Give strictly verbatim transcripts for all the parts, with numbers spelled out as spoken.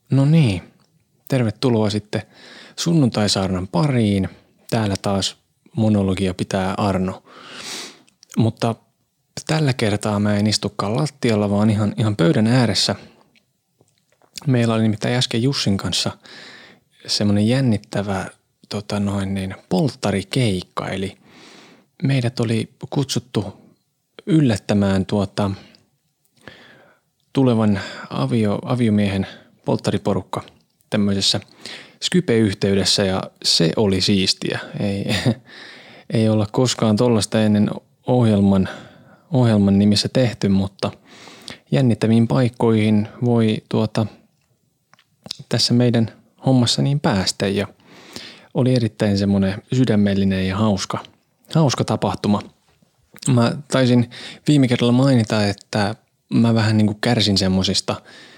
No niin, tervetuloa sitten sunnuntai-saarnan pariin. Täällä taas monologia pitää Arno. Mutta tällä kertaa mä en istukaan lattialla, vaan ihan, ihan pöydän ääressä. Meillä oli nimittäin äsken Jussin kanssa semmoinen jännittävä tota noin niin, polttarikeikka. Eli meidät oli kutsuttu yllättämään tuota tulevan avio, aviomiehen polttariporukka tämmöisessä Skype-yhteydessä ja se oli siistiä. Ei, ei olla koskaan tollaista ennen ohjelman, ohjelman nimissä tehty, mutta jännittäviin paikkoihin voi tuota, tässä meidän hommassa niin päästä ja oli erittäin semmoinen sydämellinen ja hauska, hauska tapahtuma. Mä taisin viime kerralla mainita, että mä vähän niin kuin kärsin semmosista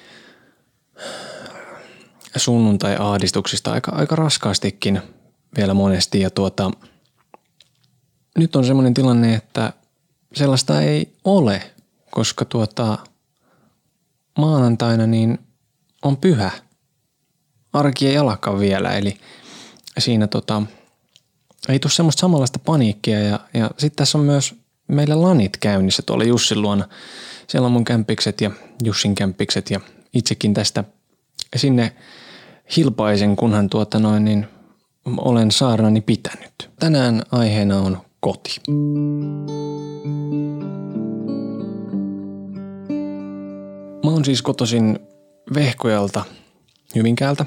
sunnuntai-ahdistuksista aika, aika raskaastikin vielä monesti ja tuota, nyt on semmoinen tilanne, että sellaista ei ole, koska tuota, maanantaina niin on pyhä. Arki ei alakaan vielä, eli siinä tota, ei tule semmoista samanlaista paniikkia ja, ja sitten tässä on myös meillä lanit käynnissä tuolla Jussin luona. Siellä on mun kämppikset ja Jussin kämppikset ja itsekin tästä sinne hilpaisen, kunhan tuota noin, niin olen saarnani pitänyt. Tänään aiheena on koti. Mä oon siis kotoisin Vehkojalta Hyvinkäältä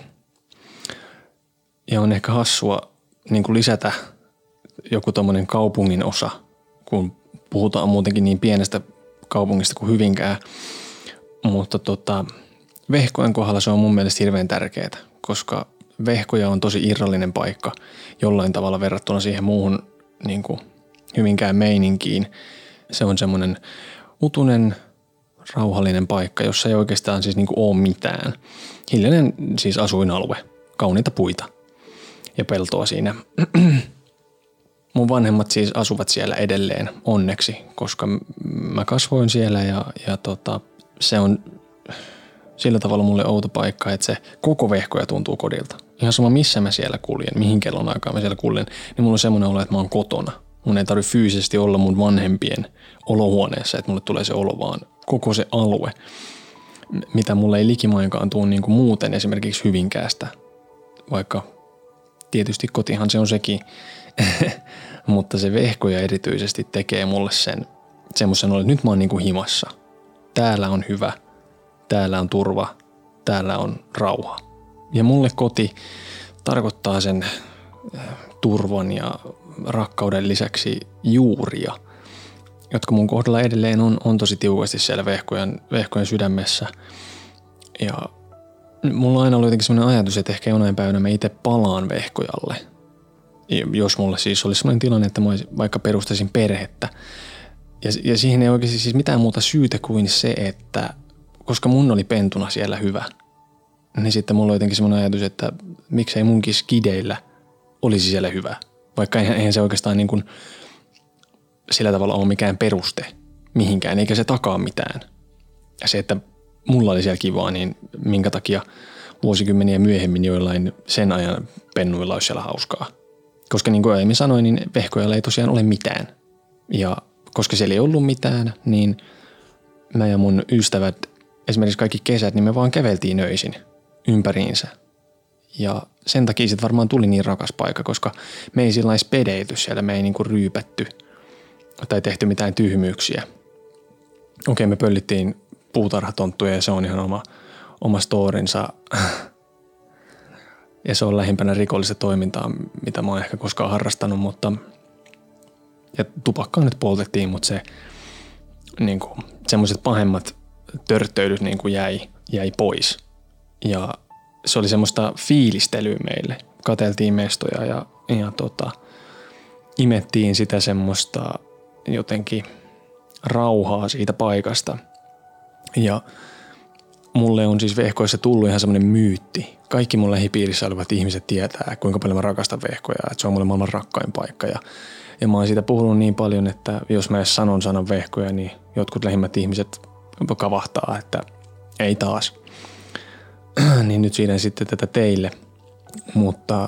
ja on ehkä hassua niin kuin lisätä joku tommonen kaupungin osa, kun puhutaan muutenkin niin pienestä kaupungista kuin Hyvinkää, mutta tota, Vehkojen kohdalla se on mun mielestä hirveän tärkeää, koska Vehkoja on tosi irrallinen paikka jollain tavalla verrattuna siihen muuhun niin kuin Hyvinkään meininkiin. Se on semmoinen utunen, rauhallinen paikka, jossa ei oikeastaan siis niin kuin ole mitään. Hiljainen siis asuinalue, kauniita puita ja peltoa siinä. Mun vanhemmat siis asuvat siellä edelleen onneksi, koska mä kasvoin siellä ja, ja tota, se on sillä tavalla mulle outo paikka, että se koko Vehkoja tuntuu kodilta. Ihan sama missä mä siellä kuljen, mihin kellon aikaa mä siellä kuljen, niin mulla on semmoinen olo, että mä oon kotona. Mun ei tarvitse fyysisesti olla mun vanhempien olohuoneessa, että mulle tulee se olo, vaan koko se alue, mitä mulle ei likimainkaan tuu niin kuin muuten esimerkiksi Hyvinkäästä, vaikka tietysti kotihan se on sekin, mutta se Vehkoja erityisesti tekee mulle sen semmoisen olo, että nyt mä oon niin kuin himassa. Täällä on hyvä, täällä on turva, täällä on rauha. Ja mulle koti tarkoittaa sen turvan ja rakkauden lisäksi juuria, jotka mun kohdalla edelleen on, on tosi tiukasti siellä Vehkojen, Vehkojen sydämessä. Ja mulla on aina ollut jotenkin sellainen ajatus, että ehkä jonain päivänä mä itse palaan Vehkojalle. Jos mulle siis olisi sellainen tilanne, että mä vaikka perustaisin perhettä. Ja, ja siihen ei oikeasti siis mitään muuta syytä kuin se, että koska mun oli pentuna siellä hyvä, niin sitten mulla on jotenkin sellainen ajatus, että miksei munkin skideillä olisi siellä hyvä. Vaikka eihän se oikeastaan niin kuin sillä tavalla ole mikään peruste mihinkään, eikä se takaa mitään. Ja se, että mulla oli siellä kivaa, niin minkä takia vuosikymmeniä myöhemmin joillain sen ajan pennuilla olisi siellä hauskaa. Koska niin kuin aiemmin sanoin, niin Vehkojalla ei tosiaan ole mitään. Ja koska siellä ei ollut mitään, niin mä ja mun ystävät esimerkiksi kaikki kesät, niin me vaan käveltiin öisin ympäriinsä. Ja sen takia sit varmaan tuli niin rakas paikka, koska me ei sillä lailla spedeity siellä, me ei niinku ryypätty tai tehty mitään tyhmyyksiä. Okei, me pöllittiin puutarhatonttuja ja se on ihan oma, oma storinsa. Ja se on lähimpänä rikollista toimintaa, mitä mä oon ehkä koskaan harrastanut, mutta ja tupakkaa nyt poltettiin, mutta se niinku, semmoiset pahemmat törttöilyt niinku jäi, jäi pois. Ja se oli semmoista fiilistelyä meille. Kateltiin mestoja ja, ja tota, imettiin sitä semmoista jotenkin rauhaa siitä paikasta. Ja mulle on siis Vehkoissa tullut ihan semmoinen myytti. Kaikki mun lähipiirissä olevat ihmiset tietää, kuinka paljon mä rakastan Vehkoja. Että se on mulle maailman rakkain paikka. Ja, ja mä oon siitä puhunut niin paljon, että jos mä edes sanon sanan Vehkoja, niin jotkut lähimmät ihmiset kavahtaa, että ei taas. niin nyt siirrän sitten tätä teille. Mutta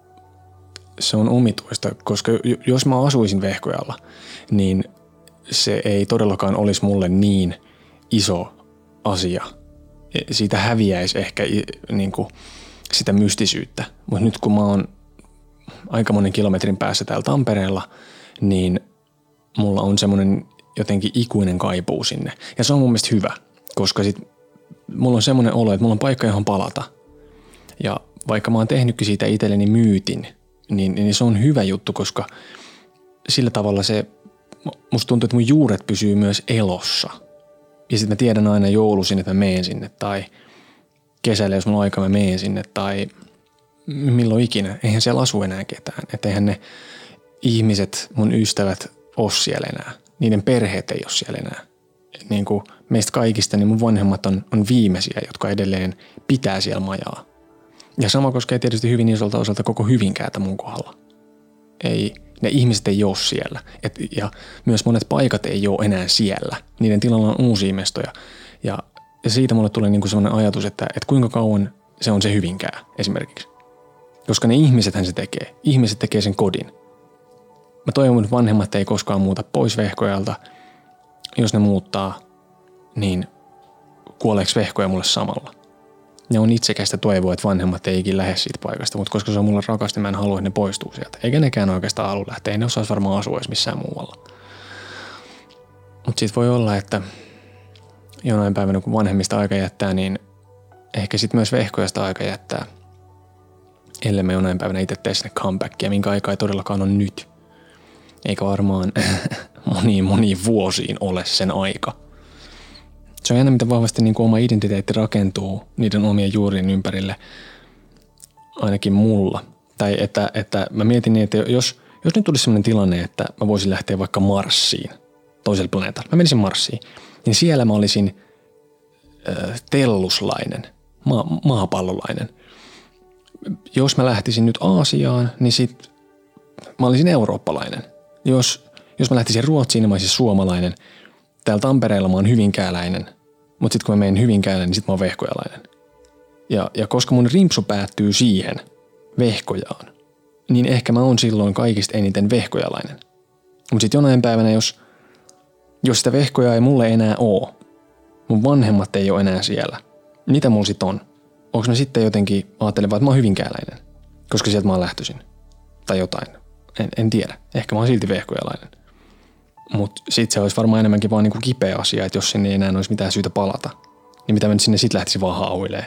se on omituista, koska jos mä asuisin Vehkojalla, niin se ei todellakaan olisi mulle niin iso asia. Siitä häviäisi ehkä niin kuin sitä mystisyyttä. Mutta nyt kun mä oon aika monen kilometrin päässä täällä Tampereella, niin mulla on semmoinen jotenkin ikuinen kaipuu sinne. Ja se on mun mielestä hyvä, koska sit mulla on semmoinen olo, että mulla on paikka, johon palata. Ja vaikka mä oon tehnytkin siitä itselleni myytin, niin, niin se on hyvä juttu, koska sillä tavalla se, musta tuntuu, että mun juuret pysyy myös elossa. Ja sitten mä tiedän aina joulusin, että mä meen sinne, tai kesällä, jos mulla on aika, mä meen sinne, tai milloin ikinä. Eihän siellä asu enää ketään. Että eihän ne ihmiset, mun ystävät, ole siellä enää. Niiden perheet ei ole siellä enää. Niin kuin meistä kaikista, niin mun vanhemmat on, on viimeisiä, jotka edelleen pitää siellä majaa. Ja sama koskee tietysti hyvin isolta osalta koko Hyvinkäätä mun kohdalla. Ei, ne ihmiset ei ole siellä. Et, ja myös monet paikat ei ole enää siellä. Niiden tilalla on uusia mestoja. Ja, ja siitä mulle tulee niinku sellainen ajatus, että, että kuinka kauan se on se Hyvinkää esimerkiksi. Koska ne ihmisethän se tekee. Ihmiset tekee sen kodin. Mä toivon, että vanhemmat ei koskaan muuta pois Vehkojalta. Jos ne muuttaa, niin kuoleeko Vehkoja mulle samalla? Ne on itsekästä toivoa, että vanhemmat ei ikin lähde siitä paikasta, mutta koska se on mulle rakas, niin mä en halua, että ne poistuu sieltä. Eikä nekään oikeastaan halua lähteä, ei ne osaisi varmaan asua edes missään muualla. Mutta siitä voi olla, että jonain päivänä kun vanhemmista aika jättää, niin ehkä sitten myös Vehkojasta aika jättää. Ellei me jonain päivänä itse tee sinne comebackia, minkä aika ei todellakaan ole nyt. Eikä varmaan moniin moniin vuosiin ole sen aika. Se on jännä, miten vahvasti niin kuin oma identiteetti rakentuu niiden omien juurien ympärille, ainakin mulla. Tai että, että mä mietin niin, että jos, jos nyt tulisi sellainen tilanne, että mä voisin lähteä vaikka Marsiin, toiselle planeetalle. Mä menisin Marsiin, niin siellä mä olisin äh, telluslainen, ma- maapallolainen. Jos mä lähtisin nyt Aasiaan, niin sit mä olisin eurooppalainen. Jos, jos mä lähtisin Ruotsiin, niin mä olisin suomalainen. Täällä Tampereella mä oon hyvinkääläinen, mutta sitten kun mä menen Hyvinkäälle, niin sit mä oon vehkojalainen. Ja, ja koska mun rimpsu päättyy siihen, Vehkojaan, niin ehkä mä oon silloin kaikista eniten vehkojalainen. Mutta sitten jonain päivänä, jos, jos sitä vehkojaa ei mulle enää oo, mun vanhemmat ei ole enää siellä, mitä mulla sit on? Onko mä sitten jotenkin ajattelemaan, että mä oon hyvinkääläinen, koska sieltä mä oon lähtöisin? Tai jotain. En, en tiedä. Ehkä mä oon silti vehkojalainen. Mutta sitten se olisi varmaan enemmänkin vaan niinku kipeä asia, että jos sinne ei enää olisi mitään syytä palata, niin mitä mä nyt sinne sitten lähtisin vaan hauilemaan.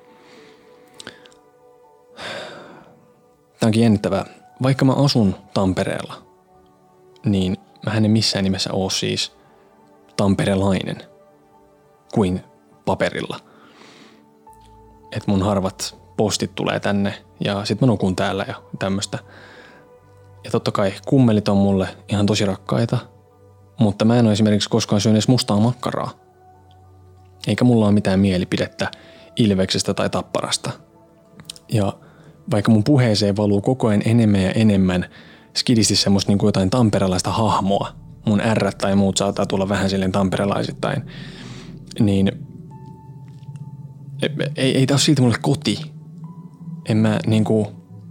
Tämä onkin jännittävää. Vaikka mä asun Tampereella, niin mä en missään nimessä ole siis tamperelainen kuin paperilla. Että mun harvat postit tulee tänne ja sit mä nukun täällä ja tämmöstä. Ja totta kai kummelit on mulle ihan tosi rakkaita, mutta mä en ole esimerkiksi koskaan syönyt edes mustaa makkaraa. Eikä mulla ole mitään mielipidettä Ilveksestä tai Tapparasta. Ja vaikka mun puheeseen valuu koko ajan enemmän ja enemmän skidisti semmoista niin kuin jotain tamperelaista hahmoa, mun ärrät tai muut saattaa tulla vähän silleen tamperelaisittain, niin ei, ei tää ole silti mulle koti. En mä niinku...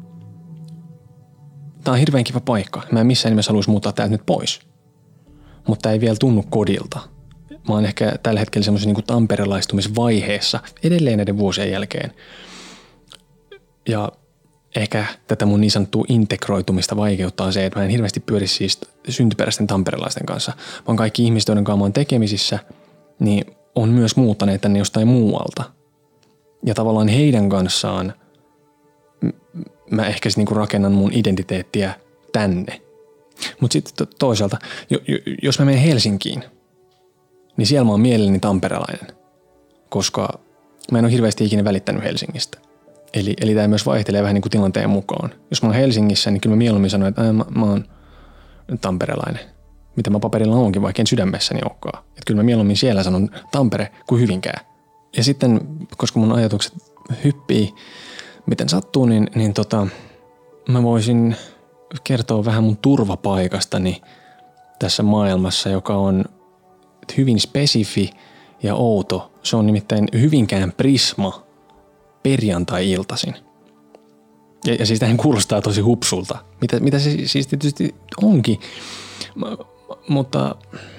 Tää on hirveän kiva paikka. Mä en missään nimessä haluaisi muuttaa täältä nyt pois. Mutta tää ei vielä tunnu kodilta. Mä oon ehkä tällä hetkellä semmoisen niinku tamperelaistumisvaiheessa edelleen näiden vuosien jälkeen. Ja ehkä tätä mun niin sanottua integroitumista vaikeuttaa se, että mä en hirveästi pyöri siis syntyperäisten tamperelaisten kanssa, vaan kaikki ihmiset, joiden kanssa mä oon tekemisissä, niin on myös muuttaneet tänne jostain muualta. Ja tavallaan heidän kanssaan mä ehkä sit niinku rakennan mun identiteettiä tänne. Mutta sitten toisaalta, jos mä menen Helsinkiin, niin siellä mä oon mielelläni tamperelainen, koska mä en ole hirveästi ikinä välittänyt Helsingistä. Eli, eli tämä myös vaihtelee vähän niin kuin tilanteen mukaan. Jos mä oon Helsingissä, niin kyllä mä mieluummin sanon, että mä, mä oon tamperelainen. Mitä mä paperilla onkin, vaikka en sydämessäni olekaan. Että kyllä mä mieluummin siellä sanon Tampere kuin Hyvinkää. Ja sitten, koska mun ajatukset hyppii, miten sattuu, niin, niin tota, mä voisin kertoa vähän mun turvapaikastani tässä maailmassa, joka on hyvin spesifi ja outo. Se on nimittäin Hyvinkään Prisma perjantai-iltaisin. Ja, ja siis tähän kuulostaa tosi hupsulta, mitä, mitä se siis tietysti onkin, M- mutta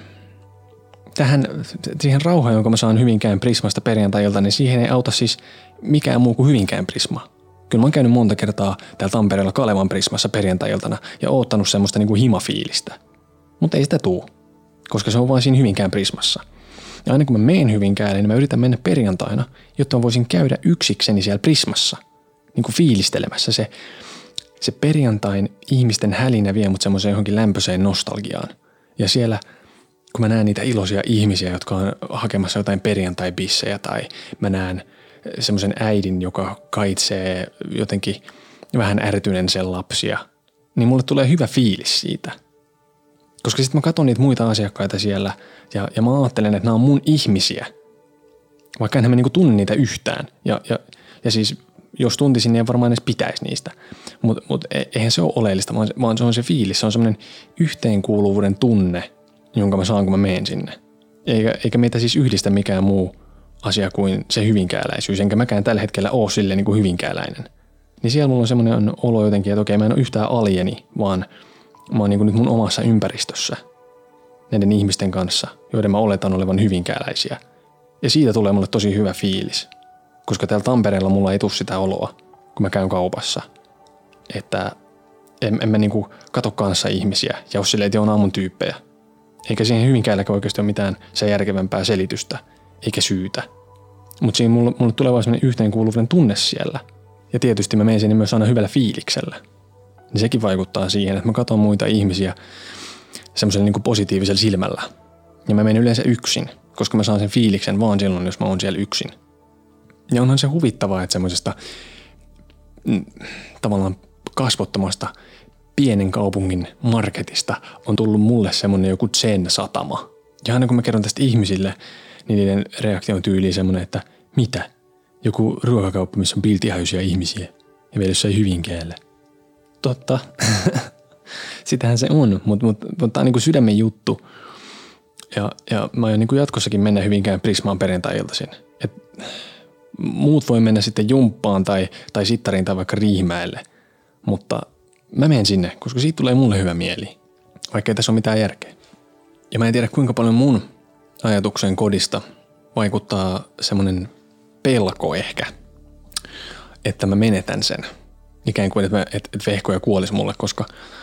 tähän, siihen rauhaan, jonka mä saan Hyvinkään Prismasta perjantai-ilta, niin siihen ei auta siis mikään muu kuin Hyvinkään Prisma. Kyllä mä oon käynyt monta kertaa täällä Tampereella Kalevan Prismassa perjantai-iltana ja oottanut semmoista niinku himafiilistä. Mutta ei sitä tuu, koska se on vain siinä Hyvinkään Prismassa. Ja aina kun mä menen Hyvinkäälle, niin mä yritän mennä perjantaina, jotta mä voisin käydä yksikseni siellä Prismassa, niin kuin fiilistelemässä. Se, se perjantain ihmisten hälinä vie mut semmoiseen johonkin lämpöiseen nostalgiaan. Ja siellä, kun mä näen niitä iloisia ihmisiä, jotka on hakemassa jotain perjantai-bissejä, tai mä näen semmoisen äidin, joka kaitsee jotenkin vähän ärtyinen sen lapsia, niin mulle tulee hyvä fiilis siitä. Koska sitten mä katson niitä muita asiakkaita siellä ja, ja mä ajattelen, että nämä on mun ihmisiä, vaikka enhän mä niinku tunne niitä yhtään. Ja, ja, ja siis jos tuntisin, niin en varmaan edes pitäisi niistä. Mutta mut, eihän se ole oleellista, vaan, vaan se on se fiilis. Se on semmoinen yhteenkuuluvuuden tunne, jonka mä saan, kun mä menen sinne. Eikä, eikä meitä siis yhdistä mikään muu asia kuin se hyvinkääläisyys. Enkä mäkään tällä hetkellä ole silleen niin kuin hyvinkääläinen. Niin siellä mulla on semmoinen olo jotenkin, että okei, mä en ole yhtään alieni, vaan mä oon niin kuin nyt mun omassa ympäristössä näiden ihmisten kanssa, joiden mä oletan olevan hyvinkääläisiä. Ja siitä tulee mulle tosi hyvä fiilis. Koska täällä Tampereella mulla ei tule sitä oloa, kun mä käyn kaupassa. Että en, en mä niinku kato kanssa ihmisiä ja ole silleen, että on aamun tyyppejä. Eikä siihen Hyvinkäälläkään oikeasti ole mitään se järkevämpää selitystä, eikä syytä. Mutta siinä mulle, mulle tulee vaan semmoinen yhteenkuuluvuuden tunne siellä. Ja tietysti mä menen sinne myös aina hyvällä fiiliksellä. Niin sekin vaikuttaa siihen, että mä katson muita ihmisiä semmoisella niinku positiivisella silmällä. Ja mä menen yleensä yksin, koska mä saan sen fiiliksen vaan silloin, jos mä oon siellä yksin. Ja onhan se huvittavaa, että semmoisesta mm, tavallaan kasvottomasta pienen kaupungin marketista on tullut mulle semmoinen joku zen-satama. Ja aina kun mä kerron tästä ihmisille, niin niiden reaktio on tyyliin semmoinen, että mitä? Joku ruokakauppa, missä on piltihajuisia ihmisiä ja vielä jossain Hyvinkäällä. Totta. Sitähän se on, mutta mut, mut, tää on niinku sydämen juttu. Ja, ja mä aion niinku jatkossakin mennä Hyvinkään Prismaan perjantai-iltaisin. Et muut voi mennä sitten jumppaan tai, tai sittariin tai vaikka Riihimäelle, mutta mä menen sinne, koska siitä tulee mulle hyvä mieli, vaikka ei tässä ole mitään järkeä. Ja mä en tiedä kuinka paljon mun ajatukseen kodista vaikuttaa semmoinen pelko ehkä, että mä menetän sen. Ikään kuin, että, mä, että, että vehkoja kuolisi mulle, koska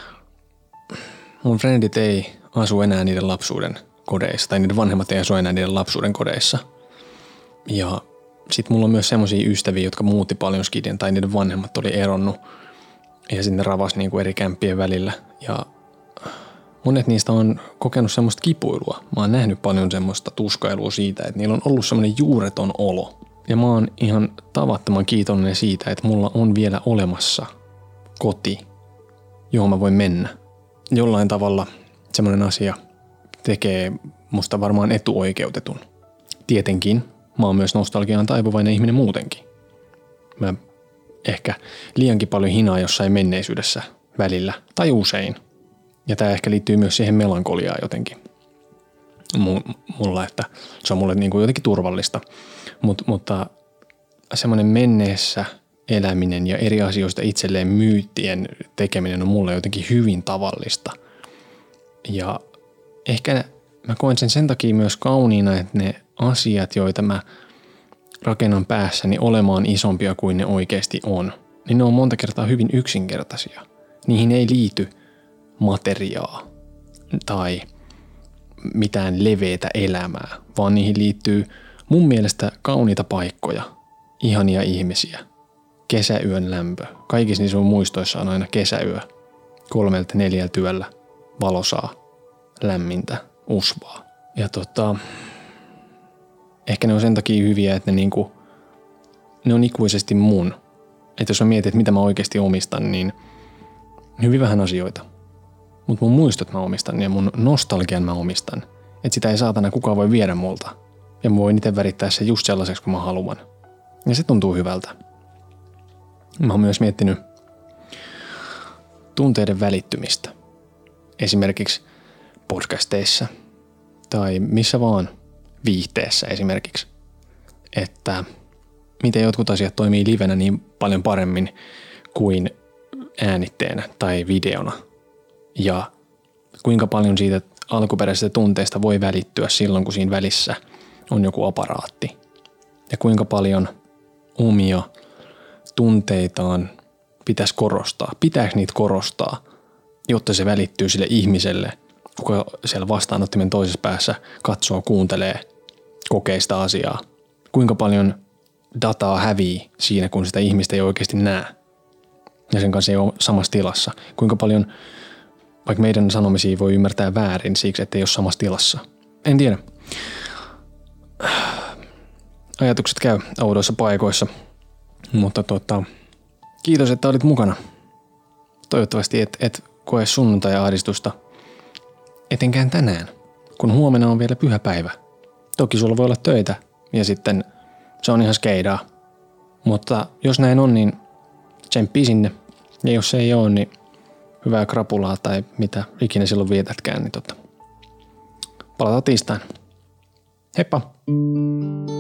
mun frendit ei asu enää niiden lapsuuden kodeissa, tai niiden vanhemmat ei asu enää niiden lapsuuden kodeissa. Ja sitten mulla on myös semmoisia ystäviä, jotka muutti paljon skidin, tai niiden vanhemmat oli eronnut, ja sitten ravasi niinku eri kämppien välillä. Ja monet niistä on kokenut semmoista kipuilua. Mä oon nähnyt paljon semmoista tuskailua siitä, että niillä on ollut semmoinen juureton olo. Ja mä oon ihan tavattoman kiitollinen siitä, että mulla on vielä olemassa koti, johon mä voin mennä. Jollain tavalla semmoinen asia tekee musta varmaan etuoikeutetun. Tietenkin mä oon myös nostalgiaan taipuvainen ihminen muutenkin. Mä ehkä liiankin paljon hinaa jossain menneisyydessä välillä, tai usein. Ja tää ehkä liittyy myös siihen melankoliaan jotenkin. Mulla, että se on mulle niin kuin jotenkin turvallista. Mut, mutta semmoinen menneessä eläminen ja eri asioista itselleen myyttien tekeminen on mulle jotenkin hyvin tavallista. Ja ehkä mä koen sen sen takia myös kauniina, että ne asiat, joita mä rakennan päässäni olemaan isompia kuin ne oikeasti on, niin ne on monta kertaa hyvin yksinkertaisia. Niihin ei liity materiaa tai mitään leveätä elämää, vaan niihin liittyy mun mielestä kauniita paikkoja, ihania ihmisiä, kesäyön lämpö. Kaikissa niissä mun muistoissa on aina kesäyö, kolmelta neljältä yöllä, valosaa, lämmintä, usvaa. Ja tota, ehkä ne on sen takia hyviä, että ne, niinku, ne on ikuisesti mun. Että jos mä mietin, että mitä mä oikeasti omistan, niin hyvin vähän asioita. Mutta mun muistot mä omistan ja mun nostalgian mä omistan. Että sitä ei saatana kukaan voi viedä multa. Ja mä voin itse värittää se just sellaiseksi, kun mä haluan. Ja se tuntuu hyvältä. Mä oon myös miettinyt tunteiden välittymistä. Esimerkiksi podcasteissa tai missä vaan viihteessä esimerkiksi. Että miten jotkut asiat toimii livenä niin paljon paremmin kuin äänitteenä tai videona. Ja kuinka paljon siitä alkuperäisestä tunteesta voi välittyä silloin, kun siinä välissä on joku aparaatti. Ja kuinka paljon omia tunteitaan pitäisi korostaa. Pitääkö niitä korostaa, jotta se välittyy sille ihmiselle, kuka siellä vastaanottimen toisessa päässä katsoo, kuuntelee, kokee sitä asiaa. Kuinka paljon dataa hävii siinä, kun sitä ihmistä ei oikeasti näe. Ja sen kanssa ei ole samassa tilassa. Kuinka paljon vaikka meidän sanomisia voi ymmärtää väärin siksi, että ei ole samassa tilassa. En tiedä. Ajatukset käy oudoissa paikoissa. Mutta tota, kiitos, että olit mukana. Toivottavasti et, et koe sunnuntai-ahdistusta. Etenkään tänään, kun huomenna on vielä pyhäpäivä. Toki sulla voi olla töitä ja sitten se on ihan skeidaa. Mutta jos näin on, niin tsemppii sinne. Ja jos se ei ole, niin hyvää krapulaa tai mitä ikinä silloin vietätkään, niin tota, palataan tiistaina. Heippa!